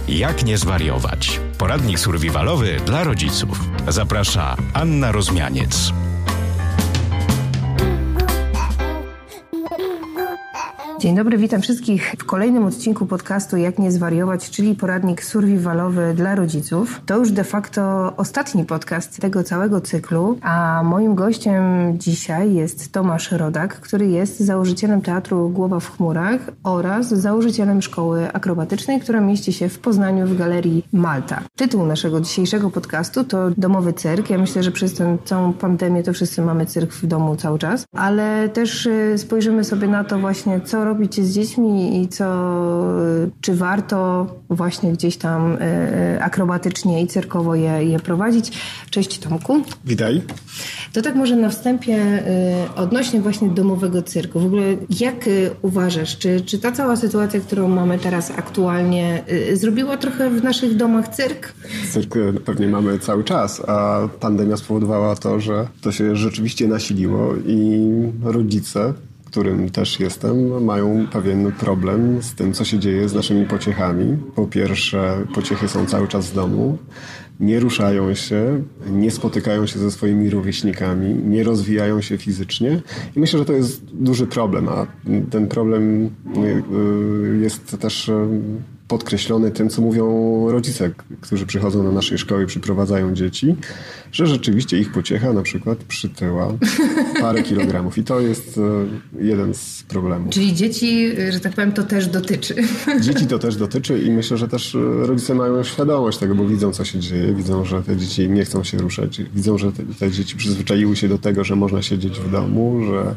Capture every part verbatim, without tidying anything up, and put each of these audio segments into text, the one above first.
Jak nie zwariować? Poradnik survivalowy dla rodziców. Zaprasza Anna Rozmianiec. Dzień dobry, witam wszystkich w kolejnym odcinku podcastu Jak nie zwariować, czyli poradnik survivalowy dla rodziców. To już de facto ostatni podcast tego całego cyklu, a moim gościem dzisiaj jest Tomasz Rodak, który jest założycielem Teatru Głowa w chmurach oraz założycielem Szkoły Akrobatycznej, która mieści się w Poznaniu w Galerii Malta. Tytuł naszego dzisiejszego podcastu to Domowy Cyrk. Ja myślę, że przez tę całą pandemię to wszyscy mamy cyrk w domu cały czas, ale też spojrzymy sobie na to właśnie, co robić z dziećmi i co, czy warto właśnie gdzieś tam e, akrobatycznie i cyrkowo je, je prowadzić. Cześć Tomku. Witaj. To tak może na wstępie e, odnośnie właśnie domowego cyrku. W ogóle jak e, uważasz, czy, czy ta cała sytuacja, którą mamy teraz aktualnie e, zrobiła trochę w naszych domach cyrk? Cyrk pewnie mamy cały czas, a pandemia spowodowała to, że to się rzeczywiście nasiliło i rodzice, którym też jestem, mają pewien problem z tym, co się dzieje z naszymi pociechami. Po pierwsze, pociechy są cały czas w domu, nie ruszają się, nie spotykają się ze swoimi rówieśnikami, nie rozwijają się fizycznie i myślę, że to jest duży problem, a ten problem jest też podkreślony tym, co mówią rodzice, którzy przychodzą do naszej szkoły i przyprowadzają dzieci, że rzeczywiście ich pociecha na przykład przytyła parę kilogramów i to jest jeden z problemów. Czyli dzieci, że tak powiem, to też dotyczy. Dzieci to też dotyczy i myślę, że też rodzice mają świadomość tego, bo widzą, co się dzieje, widzą, że te dzieci nie chcą się ruszać, widzą, że te, te dzieci przyzwyczaiły się do tego, że można siedzieć w domu, że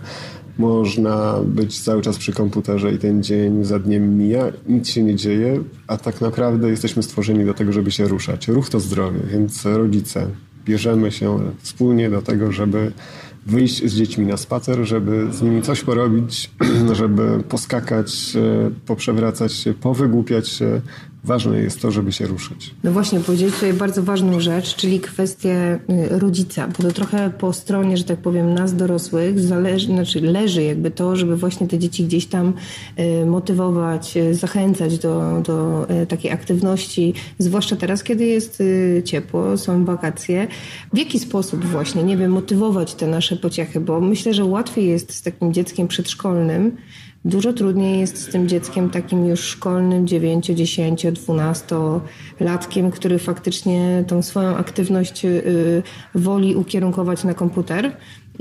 można być cały czas przy komputerze i ten dzień za dniem mija, nic się nie dzieje, a tak naprawdę jesteśmy stworzeni do tego, żeby się ruszać. Ruch to zdrowie, więc rodzice, bierzemy się wspólnie do tego, żeby wyjść z dziećmi na spacer, żeby z nimi coś porobić, żeby poskakać, poprzewracać się, powygłupiać się. Ważne jest to, żeby się ruszyć. No właśnie, powiedziałeś tutaj bardzo ważną rzecz, czyli kwestię rodzica, bo to trochę po stronie, że tak powiem, nas dorosłych zależy, znaczy leży jakby to, żeby właśnie te dzieci gdzieś tam motywować, zachęcać do, do takiej aktywności, zwłaszcza teraz, kiedy jest ciepło, są wakacje. W jaki sposób właśnie, nie wiem, motywować te nasze pociechy, bo myślę, że łatwiej jest z takim dzieckiem przedszkolnym. Dużo trudniej jest z tym dzieckiem takim już szkolnym, dziewięcio, dziesięcio, dwunastolatkiem, który faktycznie tą swoją aktywność woli ukierunkować na komputer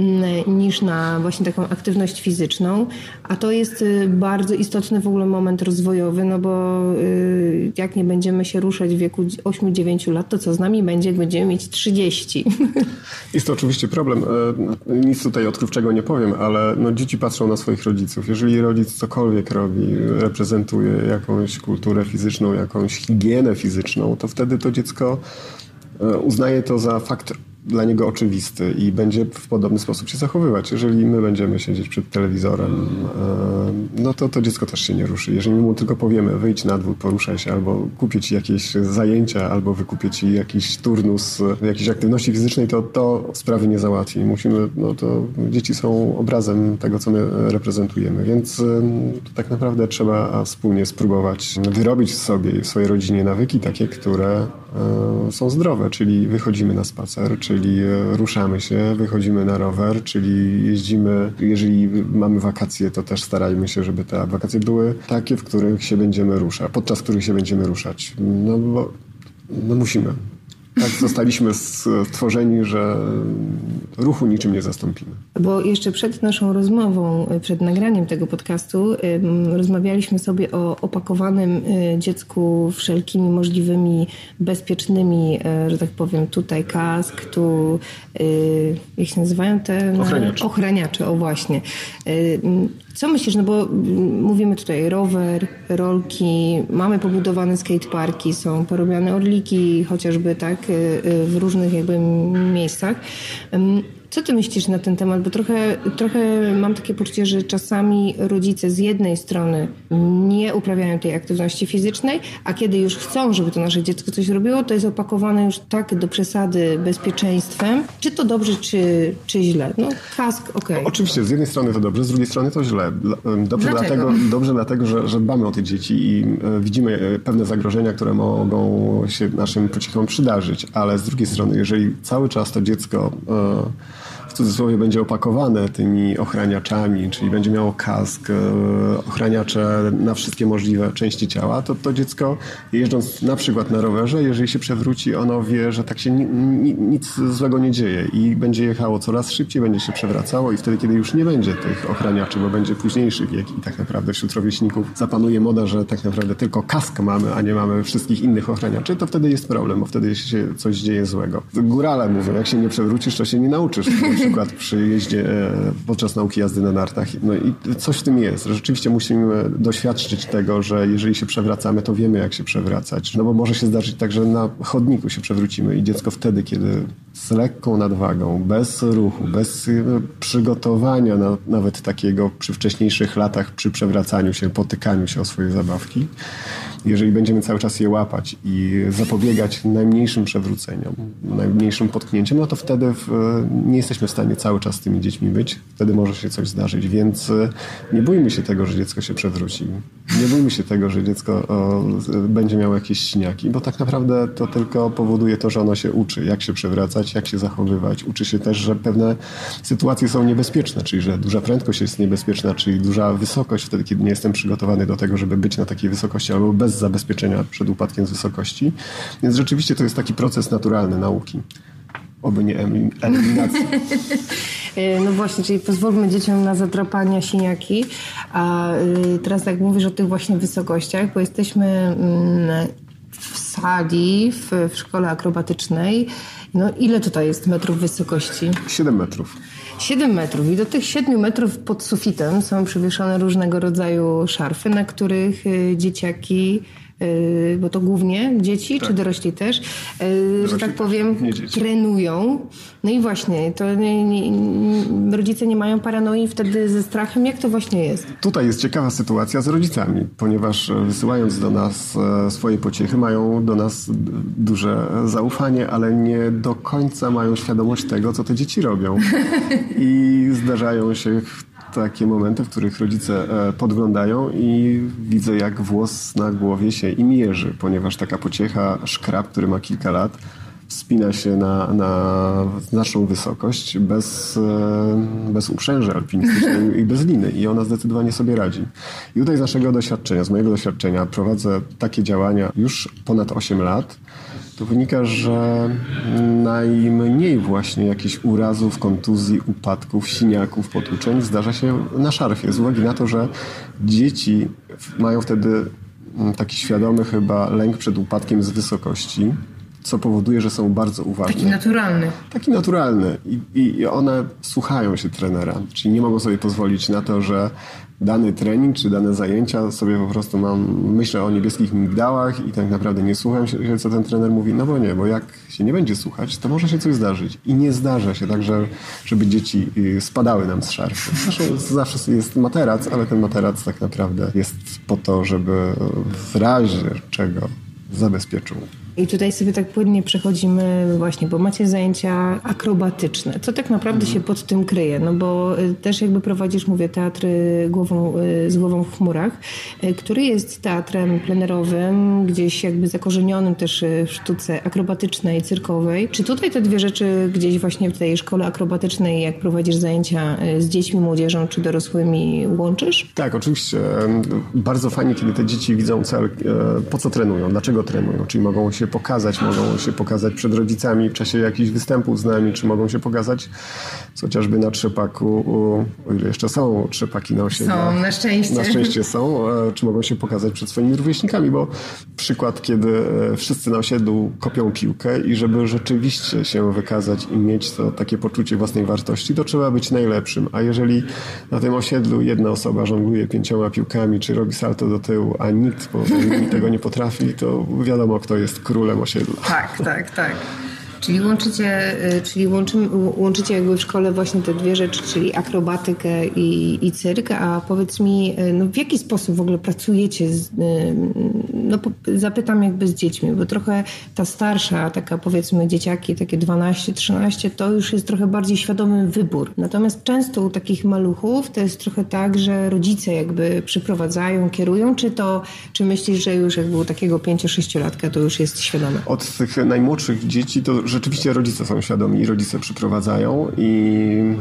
niż na właśnie taką aktywność fizyczną, a to jest bardzo istotny w ogóle moment rozwojowy, no bo jak nie będziemy się ruszać w wieku osiem dziewięć lat, to co z nami będzie, jak będziemy mieć trzydzieści? Jest to oczywiście problem. Nic tutaj odkrywczego nie powiem, ale no, dzieci patrzą na swoich rodziców. Jeżeli rodzic cokolwiek robi, reprezentuje jakąś kulturę fizyczną, jakąś higienę fizyczną, to wtedy to dziecko uznaje to za fakt dla niego oczywisty i będzie w podobny sposób się zachowywać. Jeżeli my będziemy siedzieć przed telewizorem, no to to dziecko też się nie ruszy. Jeżeli mu tylko powiemy, wyjdź na dwór, poruszaj się, albo kupię ci jakieś zajęcia, albo wykupię ci jakiś turnus jakiejś aktywności fizycznej, to to sprawy nie załatwi. Musimy, no to dzieci są obrazem tego, co my reprezentujemy, więc tak naprawdę trzeba wspólnie spróbować wyrobić w sobie, w swojej rodzinie nawyki takie, które są zdrowe, czyli wychodzimy na spacer, czyli ruszamy się, wychodzimy na rower, czyli jeździmy, jeżeli mamy wakacje, to też starajmy się, żeby te wakacje były takie, w których się będziemy ruszać, podczas których się będziemy ruszać. No bo no musimy. Tak zostaliśmy stworzeni, że ruchu niczym nie zastąpimy. Bo jeszcze przed naszą rozmową, przed nagraniem tego podcastu rozmawialiśmy sobie o opakowanym dziecku wszelkimi możliwymi bezpiecznymi, że tak powiem, tutaj kask, tu jak się nazywają te... Ochraniacze. Ochraniacze, o właśnie. Co myślisz, no bo mówimy tutaj rower, rolki, mamy pobudowane skateparki, są porobione orliki chociażby tak w różnych jakby miejscach. Co ty myślisz na ten temat? Bo trochę, trochę mam takie poczucie, że czasami rodzice z jednej strony nie uprawiają tej aktywności fizycznej, a kiedy już chcą, żeby to nasze dziecko coś robiło, to jest opakowane już tak do przesady bezpieczeństwem. Czy to dobrze, czy, czy źle? No kask, okej. Okay. Oczywiście, z jednej strony to dobrze, z drugiej strony to źle. Dobrze dlatego, dobrze dlatego że, że dbamy o te dzieci i widzimy pewne zagrożenia, które mogą się naszym pociechom przydarzyć, ale z drugiej strony, jeżeli cały czas to dziecko w cudzysłowie będzie opakowane tymi ochraniaczami, czyli będzie miało kask, ochraniacze na wszystkie możliwe części ciała, to to dziecko jeżdżąc na przykład na rowerze, jeżeli się przewróci, ono wie, że tak się ni, ni, nic złego nie dzieje i będzie jechało coraz szybciej, będzie się przewracało i wtedy, kiedy już nie będzie tych ochraniaczy, bo będzie późniejszy wiek i tak naprawdę wśród rówieśników zapanuje moda, że tak naprawdę tylko kask mamy, a nie mamy wszystkich innych ochraniaczy, to wtedy jest problem, bo wtedy się coś dzieje złego. Górale mówią, jak się nie przewrócisz, to się nie nauczysz. Na przykład przy jeździe podczas nauki jazdy na nartach. No i coś w tym jest. Rzeczywiście musimy doświadczyć tego, że jeżeli się przewracamy, to wiemy, jak się przewracać. No bo może się zdarzyć tak, że na chodniku się przewrócimy i dziecko wtedy, kiedy z lekką nadwagą, bez ruchu, bez przygotowania na, nawet takiego przy wcześniejszych latach, przy przewracaniu się, potykaniu się o swoje zabawki, jeżeli będziemy cały czas je łapać i zapobiegać najmniejszym przewróceniom, najmniejszym potknięciem, no to wtedy w, nie jesteśmy w stanie cały czas z tymi dziećmi być. Wtedy może się coś zdarzyć, więc nie bójmy się tego, że dziecko się przewróci. Nie bójmy się tego, że dziecko o, będzie miało jakieś siniaki, bo tak naprawdę to tylko powoduje to, że ono się uczy, jak się przewracać, jak się zachowywać. Uczy się też, że pewne sytuacje są niebezpieczne, czyli że duża prędkość jest niebezpieczna, czyli duża wysokość, wtedy kiedy nie jestem przygotowany do tego, żeby być na takiej wysokości albo bez zabezpieczenia przed upadkiem z wysokości. Więc rzeczywiście to jest taki proces naturalny nauki. Oby nie eliminacji. No właśnie, czyli pozwólmy dzieciom na zadrapania, siniaki. A teraz jak mówisz o tych właśnie wysokościach, bo jesteśmy w sali, w, w szkole akrobatycznej. No ile tutaj jest metrów wysokości? Siedem metrów. Siedem metrów i do tych siedmiu metrów pod sufitem są przywieszone różnego rodzaju szarfy, na których dzieciaki, bo to głównie dzieci, tak. Czy dorośli też, dorośli że tak powiem, trenują. No i właśnie, to nie, nie, rodzice nie mają paranoi wtedy ze strachem. Jak to właśnie jest? Tutaj jest ciekawa sytuacja z rodzicami, ponieważ wysyłając do nas swoje pociechy, mają do nas duże zaufanie, ale nie do końca mają świadomość tego, co te dzieci robią. I zdarzają się takie momenty, w których rodzice podglądają i widzę, jak włos na głowie się im jeży, ponieważ taka pociecha, szkrab, który ma kilka lat, wspina się na, na znaczną wysokość bez, bez uprzęży alpinistycznej i bez liny i ona zdecydowanie sobie radzi. I tutaj z naszego doświadczenia, z mojego doświadczenia prowadzę takie działania już ponad osiem lat. To wynika, że najmniej właśnie jakichś urazów, kontuzji, upadków, siniaków, potłuczeń zdarza się na szarfie. Z uwagi na to, że dzieci mają wtedy taki świadomy chyba lęk przed upadkiem z wysokości, co powoduje, że są bardzo uważne. Taki naturalny. Taki naturalny. I, i, i one słuchają się trenera. Czyli nie mogą sobie pozwolić na to, że dany trening czy dane zajęcia sobie po prostu mam, myślę o niebieskich migdałach i tak naprawdę nie słucham się, co ten trener mówi. No bo nie, bo jak się nie będzie słuchać, to może się coś zdarzyć. I nie zdarza się tak, że, żeby dzieci spadały nam z szarfy. Zresztą zawsze jest materac, ale ten materac tak naprawdę jest po to, żeby w razie czego zabezpieczył. I tutaj sobie tak płynnie przechodzimy właśnie, bo macie zajęcia akrobatyczne. Co tak naprawdę mhm. się pod tym kryje? No bo też jakby prowadzisz, mówię, teatr głową, z głową w chmurach, który jest teatrem plenerowym, gdzieś jakby zakorzenionym też w sztuce akrobatycznej, cyrkowej. Czy tutaj te dwie rzeczy gdzieś właśnie w tej szkole akrobatycznej, jak prowadzisz zajęcia z dziećmi, młodzieżą czy dorosłymi, łączysz? Tak, oczywiście. Bardzo fajnie, kiedy te dzieci widzą cel, po co trenują, dlaczego trenują, czyli mogą się pokazać, mogą się pokazać przed rodzicami w czasie jakichś występów z nami, czy mogą się pokazać chociażby na trzepaku, o ile jeszcze są trzepaki na osiedlach. Są, na szczęście. Na szczęście są, czy mogą się pokazać przed swoimi rówieśnikami, bo przykład, kiedy wszyscy na osiedlu kopią piłkę i żeby rzeczywiście się wykazać i mieć to takie poczucie własnej wartości, to trzeba być najlepszym, a jeżeli na tym osiedlu jedna osoba żongluje pięcioma piłkami, czy robi salto do tyłu, a nikt tego nie potrafi, to wiadomo, kto jest królem osiedla. Tak, tak, tak. Czyli łączycie, czyli łączymy, łączycie jakby w szkole właśnie te dwie rzeczy, czyli akrobatykę i, i cyrk, a powiedz mi, no w jaki sposób w ogóle pracujecie z, no zapytam jakby z dziećmi, bo trochę ta starsza, taka powiedzmy dzieciaki, takie dwanaście trzynaście, to już jest trochę bardziej świadomy wybór. Natomiast często u takich maluchów to jest trochę tak, że rodzice jakby przyprowadzają, kierują, czy to, czy myślisz, że już jakby u takiego pięcio-sześciolatka to już jest świadome? Od tych najmłodszych dzieci to rzeczywiście rodzice są świadomi i rodzice przyprowadzają i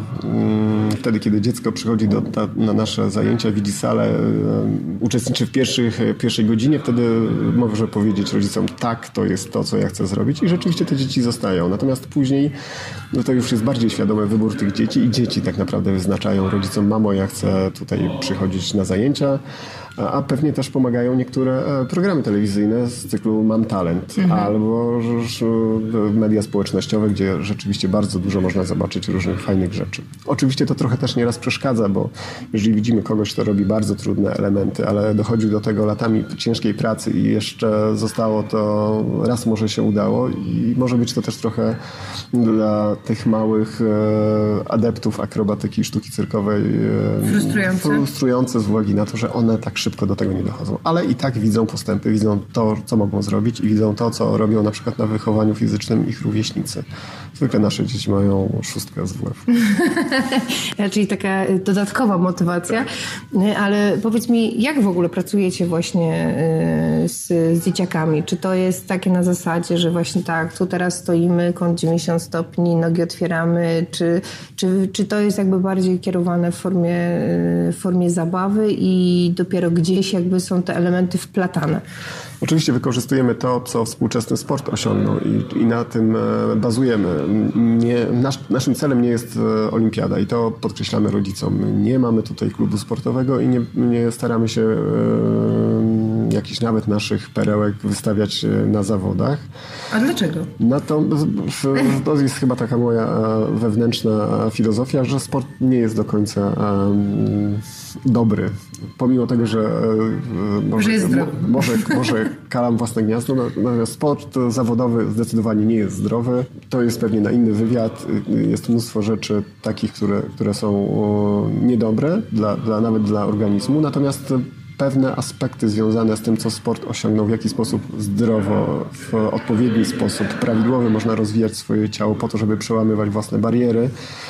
mm, wtedy, kiedy dziecko przychodzi do, ta, na nasze zajęcia, widzi salę, um, uczestniczy w pierwszych, pierwszej godzinie, wtedy może powiedzieć rodzicom, tak, to jest to, co ja chcę zrobić i rzeczywiście te dzieci zostają. Natomiast później no to już jest bardziej świadomy wybór tych dzieci i dzieci tak naprawdę wyznaczają rodzicom, mamo, ja chcę tutaj przychodzić na zajęcia, a pewnie też pomagają niektóre programy telewizyjne z cyklu Mam Talent, mhm. albo media społecznościowe, gdzie rzeczywiście bardzo dużo można zobaczyć różnych fajnych rzeczy. Oczywiście to trochę też nieraz przeszkadza, bo jeżeli widzimy kogoś, kto robi bardzo trudne elementy, ale dochodził do tego latami ciężkiej pracy i jeszcze zostało to, raz może się udało i może być to też trochę dla tych małych adeptów akrobatyki, sztuki cyrkowej frustrujące, frustrujące z uwagi na to, że one tak szybko do tego nie dochodzą. Ale i tak widzą postępy, widzą to, co mogą zrobić i widzą to, co robią na przykład na wychowaniu fizycznym ich rówieśnicy. Zwykle nasze dzieci mają szóstkę z W F. Czyli taka dodatkowa motywacja. Ale powiedz mi, jak w ogóle pracujecie właśnie z, z dzieciakami? Czy to jest takie na zasadzie, że właśnie tak, tu teraz stoimy, kąt dziewięćdziesiąt stopni, nogi otwieramy, czy, czy, czy to jest jakby bardziej kierowane w formie, w formie zabawy i dopiero gdzieś jakby są te elementy wplatane? Oczywiście wykorzystujemy to, co współczesny sport osiągnął i, i na tym bazujemy. Nie, nasz, naszym celem nie jest olimpiada i to podkreślamy rodzicom. Nie mamy tutaj klubu sportowego i nie, nie staramy się e, jakichś nawet naszych perełek wystawiać na zawodach. A dlaczego? Na to, to jest chyba taka moja wewnętrzna filozofia, że sport nie jest do końca um, dobry. Pomimo tego, że może, mo, może, może kalam własne gniazdo, natomiast sport zawodowy zdecydowanie nie jest zdrowy. To jest pewnie na inny wywiad. Jest mnóstwo rzeczy takich, które, które są niedobre, dla, dla, nawet dla organizmu. Natomiast pewne aspekty związane z tym, co sport osiągnął, w jaki sposób zdrowo, w odpowiedni sposób, prawidłowy można rozwijać swoje ciało po to, żeby przełamywać własne bariery,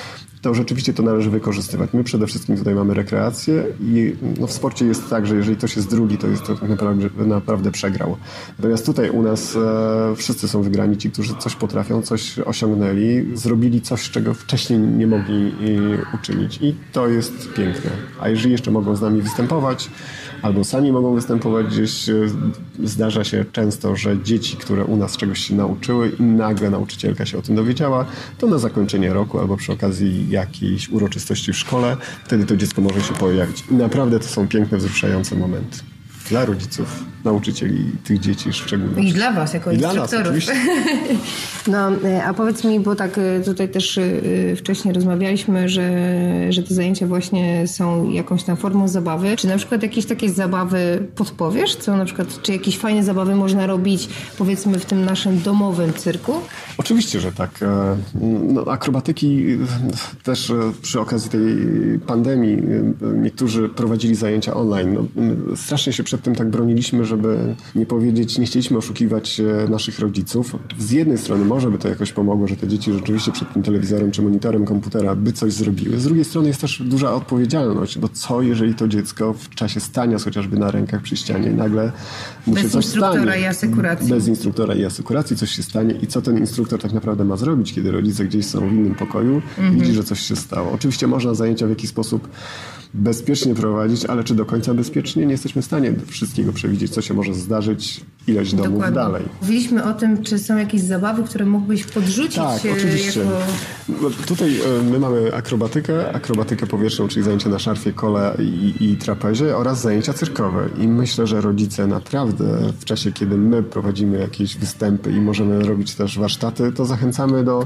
to rzeczywiście to należy wykorzystywać. My przede wszystkim tutaj mamy rekreację i no w sporcie jest tak, że jeżeli ktoś jest drugi, to jest to naprawdę, naprawdę przegrał. Natomiast tutaj u nas e, wszyscy są wygrani, ci, którzy coś potrafią, coś osiągnęli, zrobili coś, czego wcześniej nie mogli e, uczynić i to jest piękne. A jeżeli jeszcze mogą z nami występować, albo sami mogą występować gdzieś, e, zdarza się często, że dzieci, które u nas czegoś się nauczyły i nagle nauczycielka się o tym dowiedziała, to na zakończenie roku albo przy okazji jakiejś uroczystości w szkole, wtedy to dziecko może się pojawić. I naprawdę to są piękne, wzruszające momenty. Dla rodziców, nauczycieli, tych dzieci szczególnie. I dla was, jako I instruktorów. Dla nas, no, a powiedz mi, bo tak tutaj też wcześniej rozmawialiśmy, że, że te zajęcia właśnie są jakąś tam formą zabawy. Czy na przykład jakieś takie zabawy podpowiesz? Co na przykład, czy jakieś fajne zabawy można robić, powiedzmy, w tym naszym domowym cyrku? Oczywiście, że tak. No, akrobatyki też przy okazji tej pandemii niektórzy prowadzili zajęcia online. No, strasznie się przed tym tak broniliśmy, żeby nie powiedzieć, nie chcieliśmy oszukiwać naszych rodziców. Z jednej strony może by to jakoś pomogło, że te dzieci rzeczywiście przed tym telewizorem czy monitorem komputera by coś zrobiły. Z drugiej strony jest też duża odpowiedzialność, bo co jeżeli to dziecko w czasie stania chociażby na rękach przy ścianie nagle mu się Bez coś stanie. Bez instruktora i asykuracji. Bez instruktora i asykuracji coś się stanie i co ten instruktor tak naprawdę ma zrobić, kiedy rodzice gdzieś są w innym pokoju i mm-hmm. widzi, że coś się stało. Oczywiście można zajęcia w jakiś sposób bezpiecznie prowadzić, ale czy do końca bezpiecznie? Nie jesteśmy w stanie wszystkiego przewidzieć, co się może zdarzyć ileś domów Dokładnie. dalej. Mówiliśmy o tym, czy są jakieś zabawy, które mógłbyś podrzucić. Tak, oczywiście. Jako... Tutaj my mamy akrobatykę, akrobatykę powietrzną, czyli zajęcia na szarfie, kole i, i trapezie oraz zajęcia cyrkowe. I myślę, że rodzice naprawdę w czasie, kiedy my prowadzimy jakieś występy i możemy robić też warsztaty, to zachęcamy do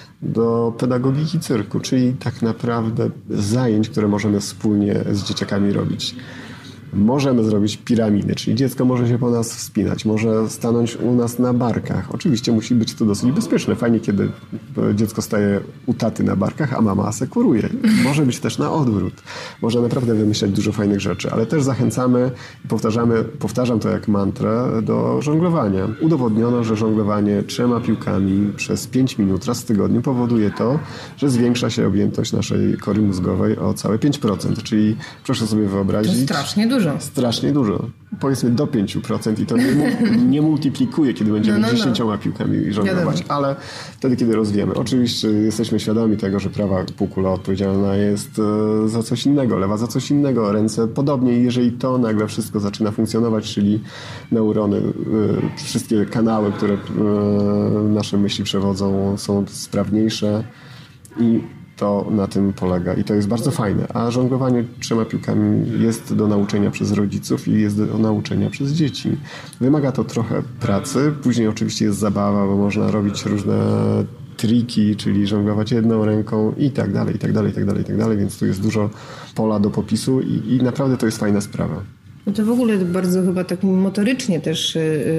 do pedagogiki cyrku, czyli tak naprawdę zajęć, które możemy wspólnie z dzieciakami robić. Możemy zrobić piramidy, czyli dziecko może się po nas wspinać, może stanąć u nas na barkach. Oczywiście musi być to dosyć bezpieczne. Fajnie, kiedy dziecko staje u taty na barkach, a mama asekuruje. Może być też na odwrót. Można naprawdę wymyślać dużo fajnych rzeczy, ale też zachęcamy i powtarzamy, powtarzam to jak mantrę, do żonglowania. Udowodniono, że żonglowanie trzema piłkami przez pięć minut raz w tygodniu powoduje to, że zwiększa się objętość naszej kory mózgowej o całe pięć procent. Czyli proszę sobie wyobrazić... To strasznie dużo. Strasznie dużo. Powiedzmy do pięć procent i to nie, nie multiplikuje, kiedy będziemy no, no, dziesięcioma no. piłkami żonglować, ale wtedy, kiedy rozwiemy. Oczywiście jesteśmy świadomi tego, że prawa półkula odpowiedzialna jest za coś innego, lewa za coś innego, ręce podobnie. I jeżeli to nagle wszystko zaczyna funkcjonować, czyli neurony, wszystkie kanały, które nasze myśli przewodzą, są sprawniejsze i to na tym polega i to jest bardzo fajne. A żonglowanie trzema piłkami jest do nauczenia przez rodziców i jest do nauczenia przez dzieci. Wymaga to trochę pracy. Później oczywiście jest zabawa, bo można robić różne triki, czyli żonglować jedną ręką i tak dalej, i tak dalej, i tak dalej, i tak dalej. Więc tu jest dużo pola do popisu i, i naprawdę to jest fajna sprawa. No to w ogóle bardzo chyba tak motorycznie też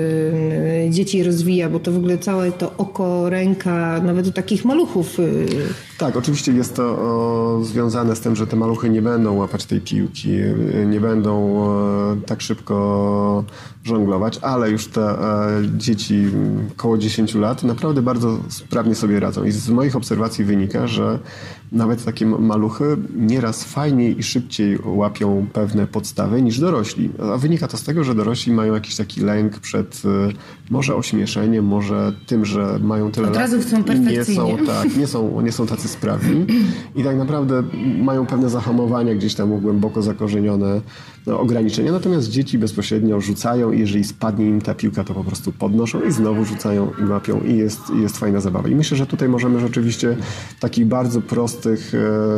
yy, dzieci rozwija, bo to w ogóle całe to oko, ręka, nawet u takich maluchów. Yy. Tak, oczywiście jest to o, związane z tym, że te maluchy nie będą łapać tej piłki, nie będą e, tak szybko żonglować, ale już te e, dzieci koło dziesięć lat naprawdę bardzo sprawnie sobie radzą. I z moich obserwacji wynika, że nawet takie maluchy nieraz fajniej i szybciej łapią pewne podstawy niż dorośli. A wynika to z tego, że dorośli mają jakiś taki lęk przed może ośmieszeniem, może tym, że mają tyle lat. Od razu chcą i nie są, tak, nie są, nie są tacy sprawni i tak naprawdę mają pewne zahamowania gdzieś tam głęboko zakorzenione, no, ograniczenia. Natomiast dzieci bezpośrednio rzucają i jeżeli spadnie im ta piłka, to po prostu podnoszą i znowu rzucają i łapią i jest, i jest fajna zabawa. I myślę, że tutaj możemy rzeczywiście w takich bardzo prostych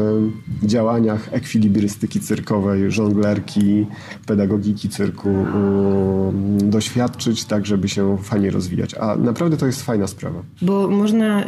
e, działaniach ekwilibrystyki cyrkowej, żonglerki, pedagogiki cyrku e, doświadczyć tak, żeby się fajnie rozwijać. A naprawdę to jest fajna sprawa. Bo można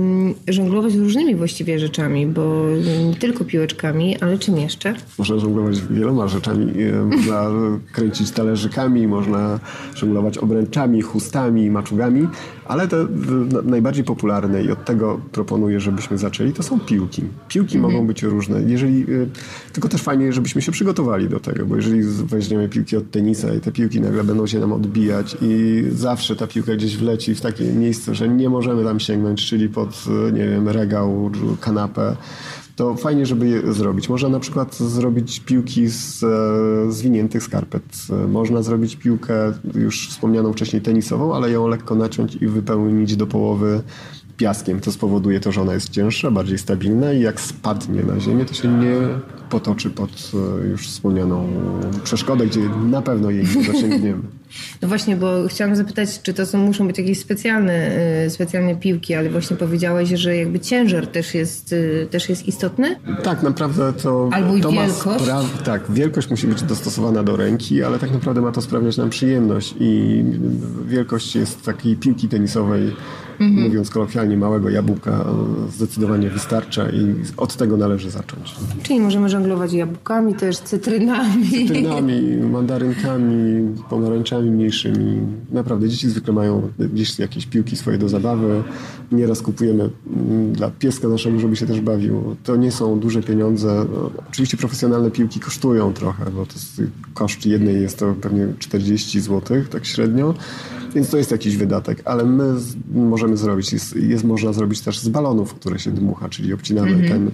y, żonglować różnymi właściwie rzeczami, bo nie tylko piłeczkami, ale czym jeszcze? Można żonglować wieloma rzeczami. Można kręcić talerzykami, można żonglować obręczami, chustami, maczugami, ale te najbardziej popularne i od tego proponuję, żebyśmy zaczęli, to są piłki. Piłki mhm. mogą być różne. Jeżeli, tylko też fajnie, żebyśmy się przygotowali do tego, bo jeżeli weźmiemy piłki od tenisa i te piłki nagle będą się nam odbijać i zawsze ta piłka gdzieś wleci w takie miejsce, że nie możemy tam sięgnąć, czyli pod, nie wiem, regał, kanapę, to fajnie, żeby je zrobić. Można na przykład zrobić piłki z e, zwiniętych skarpet. Można zrobić piłkę już wspomnianą wcześniej tenisową, ale ją lekko naciąć i wypełnić do połowy piaskiem. To spowoduje to, że ona jest cięższa, bardziej stabilna i jak spadnie na ziemię, to się nie potoczy pod już wspomnianą przeszkodę, gdzie na pewno jej nie dosięgniemy. No właśnie, bo chciałam zapytać, czy to są, muszą być jakieś specjalne, specjalne piłki, ale właśnie powiedziałeś, że jakby ciężar też jest, też jest istotny? Tak, naprawdę to... Albo i to wielkość? Ma spra- tak, wielkość musi być dostosowana do ręki, ale tak naprawdę ma to sprawiać nam przyjemność i wielkość jest takiej piłki tenisowej, mhm. mówiąc kolokwialnie, małego jabłka zdecydowanie wystarcza i od tego należy zacząć. Czyli możemy żonglować jabłkami też, cytrynami. Cytrynami, mandarynkami, pomarańczami mniejszymi. Naprawdę dzieci zwykle mają gdzieś jakieś piłki swoje do zabawy. Nieraz kupujemy dla pieska naszego, żeby się też bawił. To nie są duże pieniądze. Oczywiście profesjonalne piłki kosztują trochę, bo to jest, koszt jednej jest to pewnie czterdzieści złotych, tak średnio. Więc to jest jakiś wydatek, ale my z, możemy zrobić, jest, jest można zrobić też z balonów, które się dmucha, czyli obcinamy mm-hmm. ten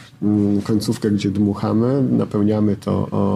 mm, końcówkę, gdzie dmuchamy, napełniamy to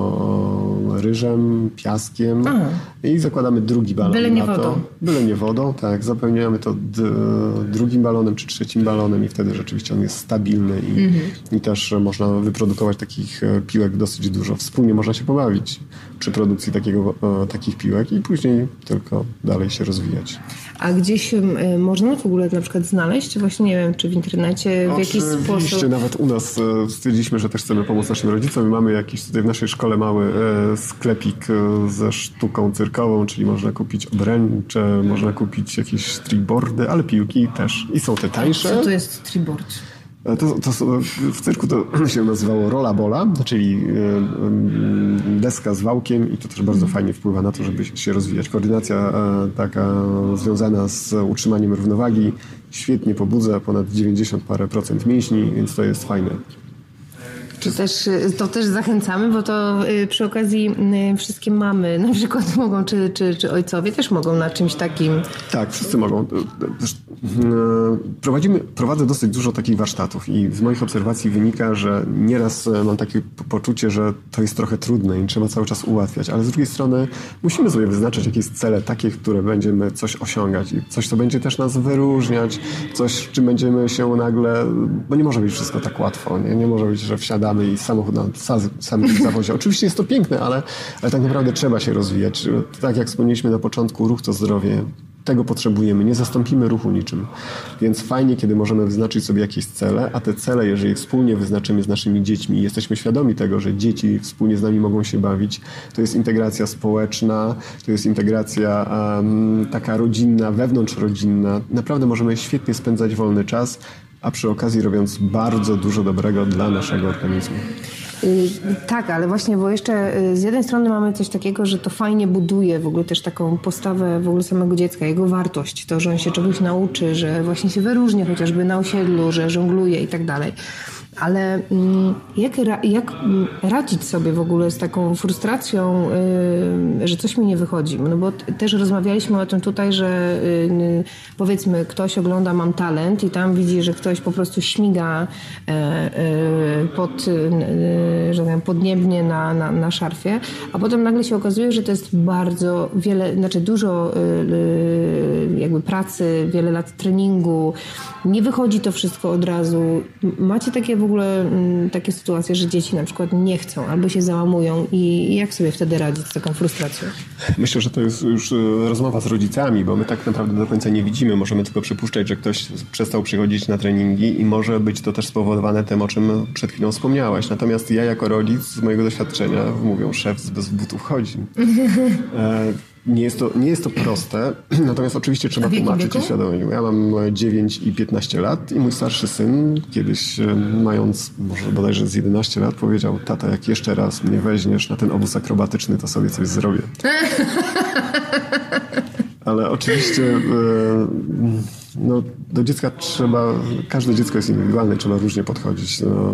o, ryżem, piaskiem Aha. i zakładamy drugi balon. Byle nie na to. wodą. Byle nie wodą, tak. Zapełniamy to d- drugim balonem czy trzecim balonem i wtedy rzeczywiście on jest stabilny i, mm-hmm. i też można wyprodukować takich piłek dosyć dużo. Wspólnie można się pobawić przy produkcji takiego, o, takich piłek i później tylko dalej się rozwijać. A gdzieś y, można w ogóle na przykład znaleźć, właśnie nie wiem, czy w internecie, w jakiś sposób? Oczywiście, nawet u nas e, stwierdziliśmy, że też chcemy pomóc naszym rodzicom i mamy jakiś tutaj w naszej szkole mały e, sklepik e, ze sztuką cyrkową, czyli można kupić obręcze, można kupić jakieś streetboardy, ale piłki też. I są te tańsze. Co to jest streetboard? To, to, w cyrku to się nazywało rola bola, czyli deska z wałkiem i to też bardzo fajnie wpływa na to, żeby się rozwijać. Koordynacja taka związana z utrzymaniem równowagi świetnie pobudza ponad dziewięćdziesiąt parę procent mięśni, więc to jest fajne. To też, to też zachęcamy, bo to przy okazji wszystkie mamy na przykład mogą, czy, czy, czy ojcowie też mogą na czymś takim. Tak, wszyscy mogą. Prowadzimy, prowadzę dosyć dużo takich warsztatów i z moich obserwacji wynika, że nieraz mam takie poczucie, że to jest trochę trudne i trzeba cały czas ułatwiać, ale z drugiej strony musimy sobie wyznaczyć jakieś cele takie, które będziemy coś osiągać i coś, co będzie też nas wyróżniać, coś, czym będziemy się nagle, bo nie może być wszystko tak łatwo, nie, nie może być, że wsiadamy i samochód na samym zawozie. Oczywiście jest to piękne, ale, ale tak naprawdę trzeba się rozwijać. Tak jak wspomnieliśmy na początku, ruch to zdrowie. Tego potrzebujemy. Nie zastąpimy ruchu niczym. Więc fajnie, kiedy możemy wyznaczyć sobie jakieś cele, a te cele, jeżeli wspólnie wyznaczymy z naszymi dziećmi i jesteśmy świadomi tego, że dzieci wspólnie z nami mogą się bawić, to jest integracja społeczna, to jest integracja um, taka rodzinna, wewnątrzrodzinna. Naprawdę możemy świetnie spędzać wolny czas, a przy okazji robiąc bardzo dużo dobrego dla naszego organizmu. Tak, ale właśnie, bo jeszcze z jednej strony mamy coś takiego, że to fajnie buduje w ogóle też taką postawę w ogóle samego dziecka, jego wartość, to, że on się czegoś nauczy, że właśnie się wyróżnia chociażby na osiedlu, że żongluje i tak dalej. Ale jak, jak radzić sobie w ogóle z taką frustracją, że coś mi nie wychodzi? No bo też rozmawialiśmy o tym tutaj, że powiedzmy ktoś ogląda Mam Talent i tam widzi, że ktoś po prostu śmiga pod, że tak powiem, podniebnie na, na, na szarfie, a potem nagle się okazuje, że to jest bardzo wiele, znaczy dużo jakby pracy, wiele lat treningu, nie wychodzi to wszystko od razu. Macie takie w ogóle takie sytuacje, że dzieci na przykład nie chcą albo się załamują i jak sobie wtedy radzić z taką frustracją? Myślę, że to jest już rozmowa z rodzicami, bo my tak naprawdę do końca nie widzimy. Możemy tylko przypuszczać, że ktoś przestał przychodzić na treningi i może być to też spowodowane tym, o czym przed chwilą wspomniałaś. Natomiast ja jako rodzic z mojego doświadczenia mówią, szef bez butów chodzi. e, Nie jest, to, nie jest to proste, natomiast oczywiście trzeba tłumaczyć i świadomie. Ja mam dziewięć i piętnaście lat i mój starszy syn kiedyś, mając może bodajże z jedenaście lat, powiedział: tata, jak jeszcze raz mnie weźmiesz na ten obóz akrobatyczny, to sobie coś zrobię. Ale oczywiście no, do dziecka trzeba, każde dziecko jest indywidualne, trzeba różnie podchodzić. No,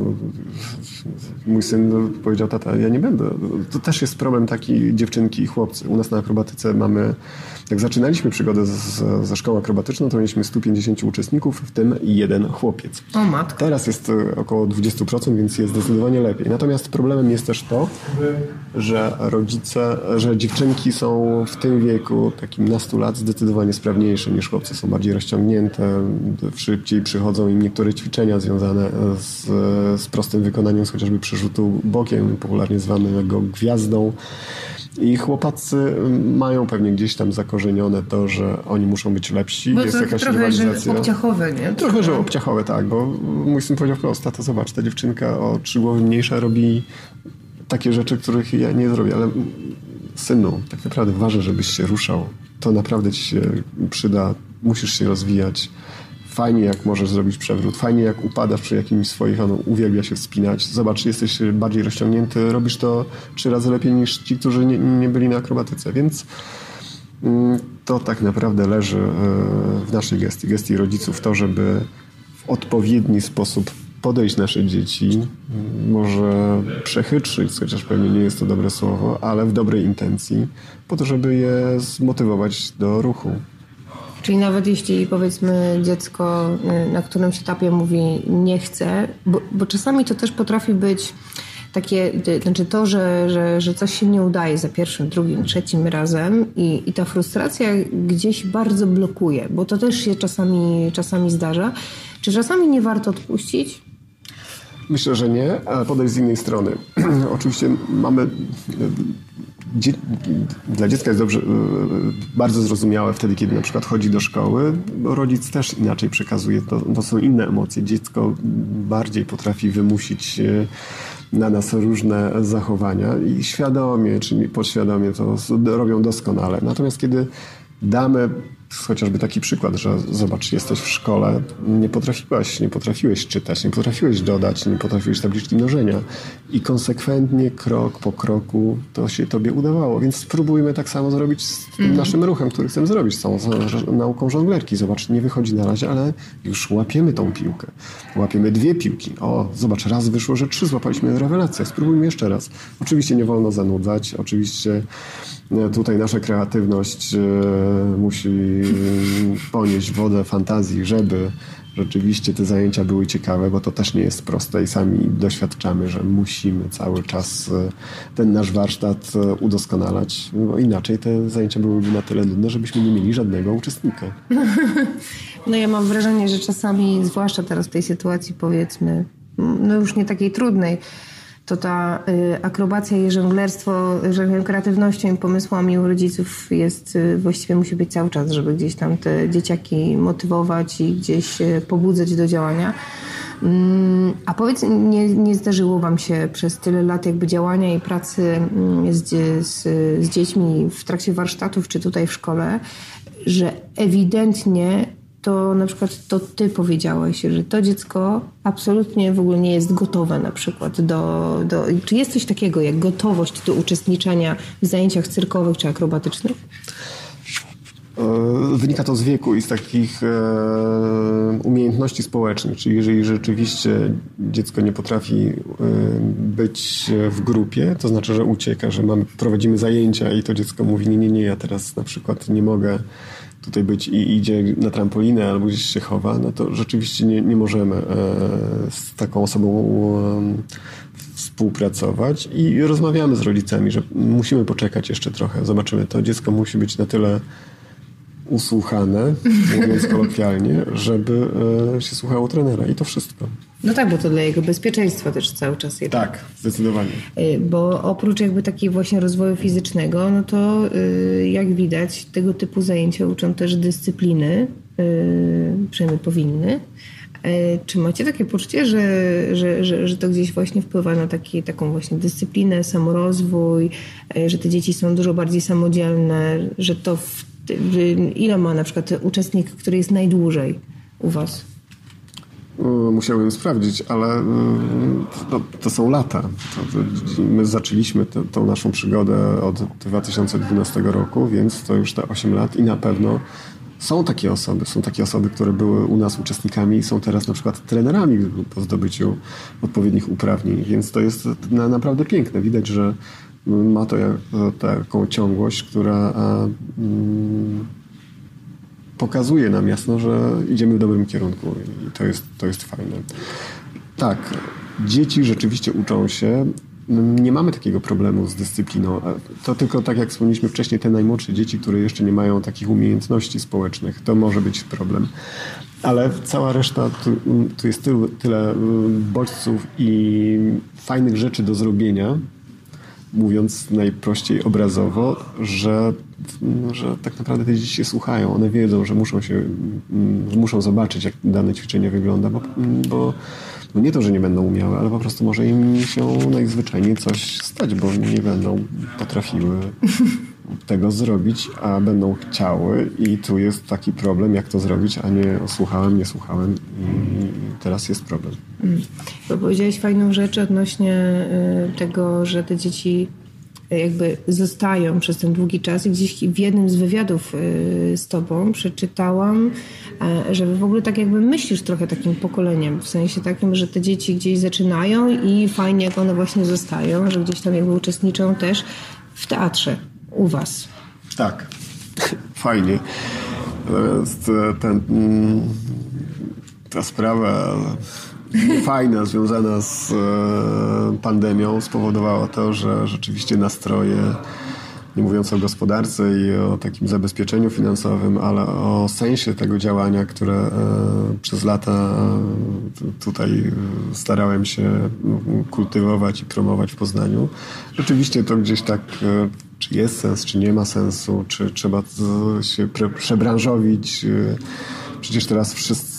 mój syn powiedział: tata, ja nie będę. To też jest problem taki dziewczynki i chłopcy. U nas na akrobatyce mamy, jak zaczynaliśmy przygodę z, ze szkołą akrobatyczną, to mieliśmy sto pięćdziesiąt uczestników, w tym jeden chłopiec. O matko. Teraz jest około dwadzieścia procent, więc jest zdecydowanie lepiej. Natomiast problemem jest też to, że rodzice, że dziewczynki są w tym wieku, takim nastu lat, zdecydowanie sprawniejsze niż chłopcy. Są bardziej rozciągnięte, szybciej przychodzą im niektóre ćwiczenia związane z, z prostym wykonaniem, z chociażby przerzutu bokiem, popularnie zwanego gwiazdą. I chłopacy mają pewnie gdzieś tam zakorzenione to, że oni muszą być lepsi. Bo jest to jakaś trochę, rywalizacja. Że obciachowe, nie? Trochę, że obciachowe, tak, bo mój syn powiedział wprost: tato, zobacz, ta dziewczynka o trzy głowy mniejsza robi takie rzeczy, których ja nie zrobię, ale synu, tak naprawdę ważne, żebyś się ruszał. To naprawdę ci się przyda, musisz się rozwijać. Fajnie, jak możesz zrobić przewrót. Fajnie, jak upadasz przy jakimś swoich, on uwielbia się wspinać. Zobacz, jesteś bardziej rozciągnięty, robisz to trzy razy lepiej niż ci, którzy nie, nie byli na akrobatyce. Więc to tak naprawdę leży w naszej gestii, gestii rodziców, to, żeby w odpowiedni sposób podejść nasze dzieci, może przechytrzyć, chociaż pewnie nie jest to dobre słowo, ale w dobrej intencji, po to, żeby je zmotywować do ruchu. Czyli nawet jeśli, powiedzmy, dziecko na którymś etapie mówi nie chce, bo, bo czasami to też potrafi być takie, znaczy to, że, że, że coś się nie udaje za pierwszym, drugim, trzecim razem i, i ta frustracja gdzieś bardzo blokuje, bo to też się czasami, czasami zdarza. Czy czasami nie warto odpuścić? Myślę, że nie, ale podejść z innej strony. Oczywiście mamy... Dzie- dla dziecka jest dobrze, bardzo zrozumiałe wtedy, kiedy na przykład chodzi do szkoły, bo rodzic też inaczej przekazuje, to, to są inne emocje. Dziecko bardziej potrafi wymusić na nas różne zachowania i świadomie czy podświadomie to robią doskonale. Natomiast kiedy damy chociażby taki przykład, że zobacz, jesteś w szkole, nie potrafiłaś, nie potrafiłeś czytać, nie potrafiłeś dodać, nie potrafiłeś tabliczki mnożenia i konsekwentnie, krok po kroku to się tobie udawało, więc spróbujmy tak samo zrobić z tym mm. naszym ruchem, który chcemy zrobić, z całą nauką żonglerki. Zobacz, nie wychodzi na razie, ale już łapiemy tą piłkę. Łapiemy dwie piłki. O, zobacz, raz wyszło, że trzy złapaliśmy, rewelacja. Spróbujmy jeszcze raz. Oczywiście nie wolno zanudzać, oczywiście tutaj nasza kreatywność musi ponieść wodę fantazji, żeby rzeczywiście te zajęcia były ciekawe, bo to też nie jest proste i sami doświadczamy, że musimy cały czas ten nasz warsztat udoskonalać, bo inaczej te zajęcia byłyby na tyle nudne, żebyśmy nie mieli żadnego uczestnika. No ja mam wrażenie, że czasami, zwłaszcza teraz w tej sytuacji, powiedzmy, no już nie takiej trudnej, to ta y, akrobacja i żonglerstwo, że kreatywnością i pomysłami u rodziców jest, y, właściwie musi być cały czas, żeby gdzieś tam te dzieciaki motywować i gdzieś y, pobudzać do działania. Mm, a powiedz, nie, nie zdarzyło wam się przez tyle lat jakby działania i pracy y, z, z, z dziećmi w trakcie warsztatów czy tutaj w szkole, że ewidentnie to na przykład to ty powiedziałeś, że to dziecko absolutnie w ogóle nie jest gotowe na przykład do, do... Czy jest coś takiego jak gotowość do uczestniczenia w zajęciach cyrkowych czy akrobatycznych? Wynika to z wieku i z takich e, umiejętności społecznych, czyli jeżeli rzeczywiście dziecko nie potrafi e, być w grupie, to znaczy, że ucieka, że mamy, prowadzimy zajęcia i to dziecko mówi nie, nie, nie, ja teraz na przykład nie mogę tutaj być i idzie na trampolinę albo gdzieś się chowa, no to rzeczywiście nie, nie możemy e, z taką osobą e, współpracować i rozmawiamy z rodzicami, że musimy poczekać jeszcze trochę, zobaczymy, to dziecko musi być na tyle usłuchane, mówiąc kolokwialnie, żeby e, się słuchało trenera i to wszystko. No tak, bo to dla jego bezpieczeństwa też cały czas jest. Tak, zdecydowanie. Bo oprócz jakby takiego właśnie rozwoju fizycznego, no to jak widać tego typu zajęcia uczą też dyscypliny, przynajmniej powinny. Czy macie takie poczucie, że, że, że, że to gdzieś właśnie wpływa na taki, taką właśnie dyscyplinę, samorozwój, że te dzieci są dużo bardziej samodzielne, że to w, ile ma na przykład uczestnik, który jest najdłużej u was? Musiałbym sprawdzić, ale to, to są lata. To, my zaczęliśmy tę, tą naszą przygodę od dwa tysiące dwunastego roku, więc to już te osiem lat i na pewno są takie osoby. Są takie osoby, które były u nas uczestnikami i są teraz na przykład trenerami po zdobyciu odpowiednich uprawnień, więc to jest na, naprawdę piękne. Widać, że ma to jak, taką ciągłość, która mm, pokazuje nam jasno, że idziemy w dobrym kierunku i to jest, to jest fajne. Tak, dzieci rzeczywiście uczą się. Nie mamy takiego problemu z dyscypliną. To tylko, tak jak wspomnieliśmy wcześniej, te najmłodsze dzieci, które jeszcze nie mają takich umiejętności społecznych, to może być problem. Ale cała reszta, tu, tu jest tyle, tyle bodźców i fajnych rzeczy do zrobienia, mówiąc najprościej obrazowo, że, że tak naprawdę te dzieci się słuchają. One wiedzą, że muszą się, muszą zobaczyć, jak dane ćwiczenie wygląda, bo, bo no nie to, że nie będą umiały, ale po prostu może im się najzwyczajniej coś stać, bo nie będą potrafiły tego zrobić, a będą chciały i tu jest taki problem, jak to zrobić, a nie słuchałem, nie słuchałem i teraz jest problem. Mm. Bo powiedziałeś fajną rzecz odnośnie y, tego, że te dzieci jakby zostają przez ten długi czas i gdzieś w jednym z wywiadów y, z tobą przeczytałam, y, że w ogóle tak jakby myślisz trochę takim pokoleniem, w sensie takim, że te dzieci gdzieś zaczynają i fajnie jak one właśnie zostają, że gdzieś tam jakby uczestniczą też w teatrze u was. Tak, fajnie. Natomiast ten, ta sprawa fajna, związana z pandemią spowodowała to, że rzeczywiście nastroje, nie mówiąc o gospodarce i o takim zabezpieczeniu finansowym, ale o sensie tego działania, które przez lata tutaj starałem się kultywować i promować w Poznaniu. Rzeczywiście to gdzieś tak, czy jest sens, czy nie ma sensu, czy trzeba się przebranżowić. Przecież teraz wszyscy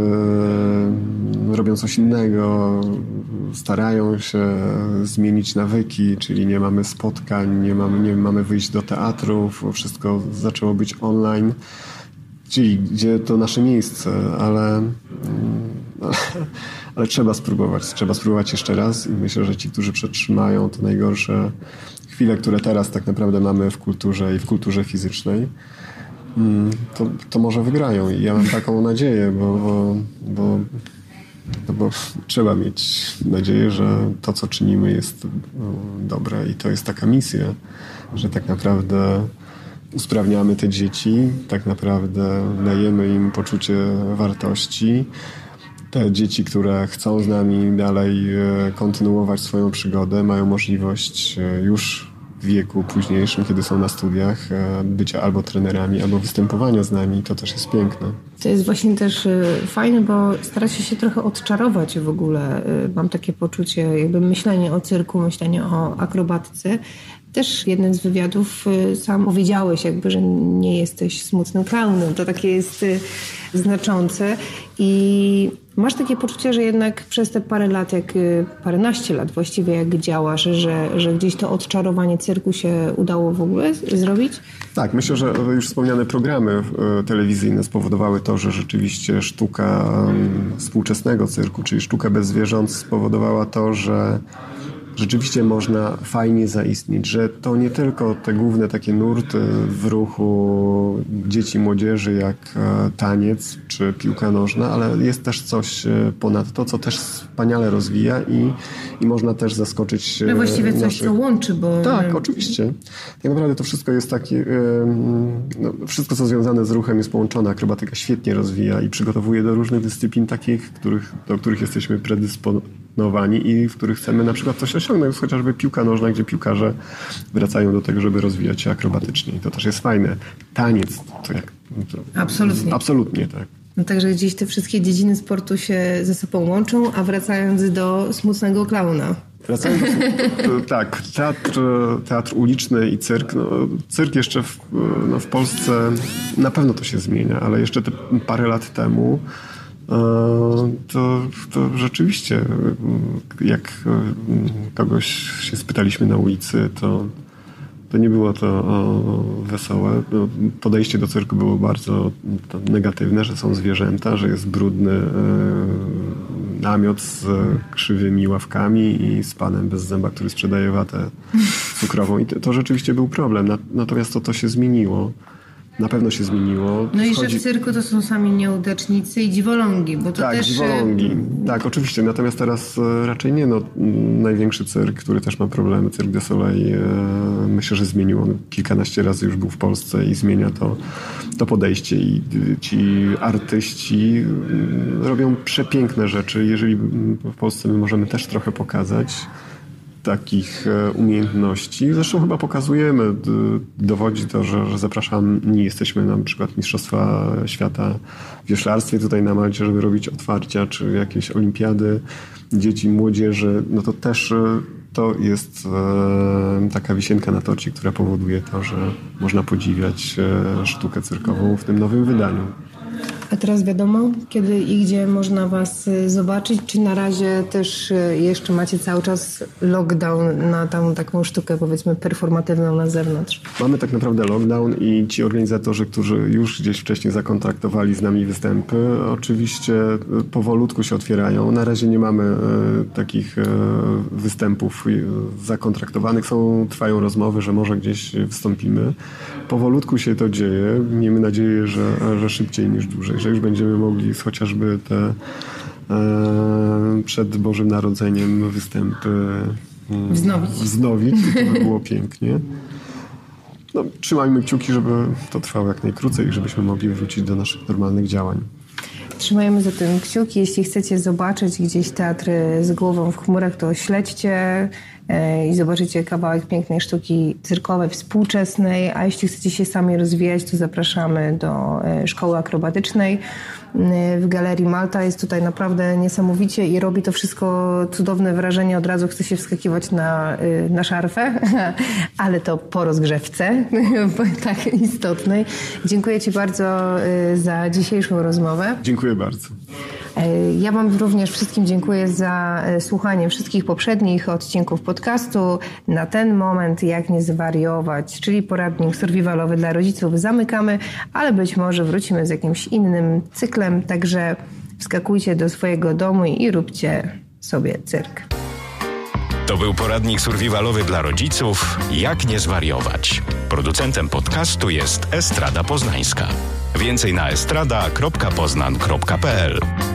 robią coś innego, starają się zmienić nawyki, czyli nie mamy spotkań, nie mamy, nie mamy wyjść do teatrów, wszystko zaczęło być online Czyli gdzie to nasze miejsce, ale, ale trzeba spróbować. Trzeba spróbować jeszcze raz i myślę, że ci, którzy przetrzymają te najgorsze chwile, które teraz tak naprawdę mamy w kulturze i w kulturze fizycznej, to, to może wygrają. I ja mam taką nadzieję, bo, bo, bo, no bo trzeba mieć nadzieję, że to, co czynimy, jest dobre i to jest taka misja, że tak naprawdę usprawniamy te dzieci, tak naprawdę dajemy im poczucie wartości. Te dzieci, które chcą z nami dalej kontynuować swoją przygodę, mają możliwość już w wieku późniejszym, kiedy są na studiach, bycia albo trenerami, albo występowania z nami. To też jest piękne. To jest właśnie też fajne, bo staracie się trochę odczarować w ogóle. Mam takie poczucie, jakby myślenie o cyrku, myślenie o akrobatyce. Też w jednym z wywiadów sam powiedziałeś, jakby, że nie jesteś smutnym klaunem. To takie jest znaczące. I masz takie poczucie, że jednak przez te parę lat, jak paręnaście lat właściwie jak działasz, że, że gdzieś to odczarowanie cyrku się udało w ogóle zrobić? Tak, myślę, że już wspomniane programy telewizyjne spowodowały to, że rzeczywiście sztuka współczesnego cyrku, czyli sztuka bez zwierząt, spowodowała to, że rzeczywiście można fajnie zaistnieć, że to nie tylko te główne takie nurty w ruchu dzieci, młodzieży, jak taniec czy piłka nożna, ale jest też coś ponad to, co też wspaniale rozwija i, i można też zaskoczyć no właściwie coś, naszych... co łączy, bo... Tak, oczywiście. Tak naprawdę to wszystko jest takie... No, wszystko, co związane z ruchem jest połączone. Akrobatyka świetnie rozwija i przygotowuje do różnych dyscyplin takich, których, do których jesteśmy predysponowani i w których chcemy na przykład coś osiągnąć, chociażby piłka nożna, gdzie piłkarze wracają do tego, żeby rozwijać się akrobatycznie. I to też jest fajne. Taniec, to jak... To, absolutnie. Absolutnie, tak. No także gdzieś te wszystkie dziedziny sportu się ze sobą łączą, a wracając do smutnego klauna. Wracając do... Tak, teatr, teatr uliczny i cyrk. No, cyrk jeszcze w, no, w Polsce na pewno to się zmienia, ale jeszcze te parę lat temu To, to rzeczywiście, jak kogoś się spytaliśmy na ulicy, to, to nie było to wesołe. Podejście do cyrku było bardzo negatywne, że są zwierzęta, że jest brudny namiot z krzywymi ławkami i z panem bez zęba, który sprzedaje watę cukrową. I to, to rzeczywiście był problem. Natomiast to, to się zmieniło. Na pewno się zmieniło. No i Wchodzi... że w cyrku to są sami nieudacznicy i dziwolągi, bo to tak, też... dziwolągi. Tak, oczywiście. Natomiast teraz raczej nie. No, największy cyrk, który też ma problemy, Cirque du Soleil, myślę, że zmienił. On kilkanaście razy już był w Polsce i zmienia to, to podejście. I ci artyści robią przepiękne rzeczy. Jeżeli w Polsce my możemy też trochę pokazać takich umiejętności. Zresztą chyba pokazujemy, dowodzi to, że, że zapraszani jesteśmy na przykład Mistrzostwa Świata w wioślarstwie tutaj na Malcie, żeby robić otwarcia, czy jakieś olimpiady dzieci, młodzieży. No to też to jest taka wisienka na torcie, która powoduje to, że można podziwiać sztukę cyrkową w tym nowym wydaniu. A teraz wiadomo, kiedy i gdzie można was zobaczyć? Czy na razie też jeszcze macie cały czas lockdown na tą taką sztukę, powiedzmy, performatywną na zewnątrz? Mamy tak naprawdę lockdown i ci organizatorzy, którzy już gdzieś wcześniej zakontraktowali z nami występy, oczywiście powolutku się otwierają. Na razie nie mamy e, takich e, występów zakontraktowanych. Są, trwają rozmowy, że może gdzieś wystąpimy. Powolutku się to dzieje. Miejmy nadzieję, że, że szybciej niż dłużej, że już będziemy mogli chociażby te e, przed Bożym Narodzeniem występy e, wznowić. wznowić. To by było pięknie. No, trzymajmy kciuki, żeby to trwało jak najkrócej i żebyśmy mogli wrócić do naszych normalnych działań. Trzymajmy za tym kciuki. Jeśli chcecie zobaczyć gdzieś teatry z głową w chmurach, to śledźcie i zobaczycie kawałek pięknej sztuki cyrkowej, współczesnej, a jeśli chcecie się sami rozwijać, to zapraszamy do szkoły akrobatycznej w Galerii Malta. Jest tutaj naprawdę niesamowicie i robi to wszystko cudowne wrażenie. Od razu chce się wskakiwać na, na szarfę, ale to po rozgrzewce tak istotnej. Dziękuję Ci bardzo za dzisiejszą rozmowę. rozmowę. Dziękuję bardzo. Ja Wam również wszystkim dziękuję za słuchanie wszystkich poprzednich odcinków podcastu. Na ten moment Jak nie zwariować, czyli poradnik survivalowy dla rodziców, zamykamy, ale być może wrócimy z jakimś innym cyklem, także wskakujcie do swojego domu i róbcie sobie cyrk. To był poradnik survivalowy dla rodziców Jak nie zwariować. Producentem podcastu jest Estrada Poznańska. Więcej na estrada kropka poznan kropka p l.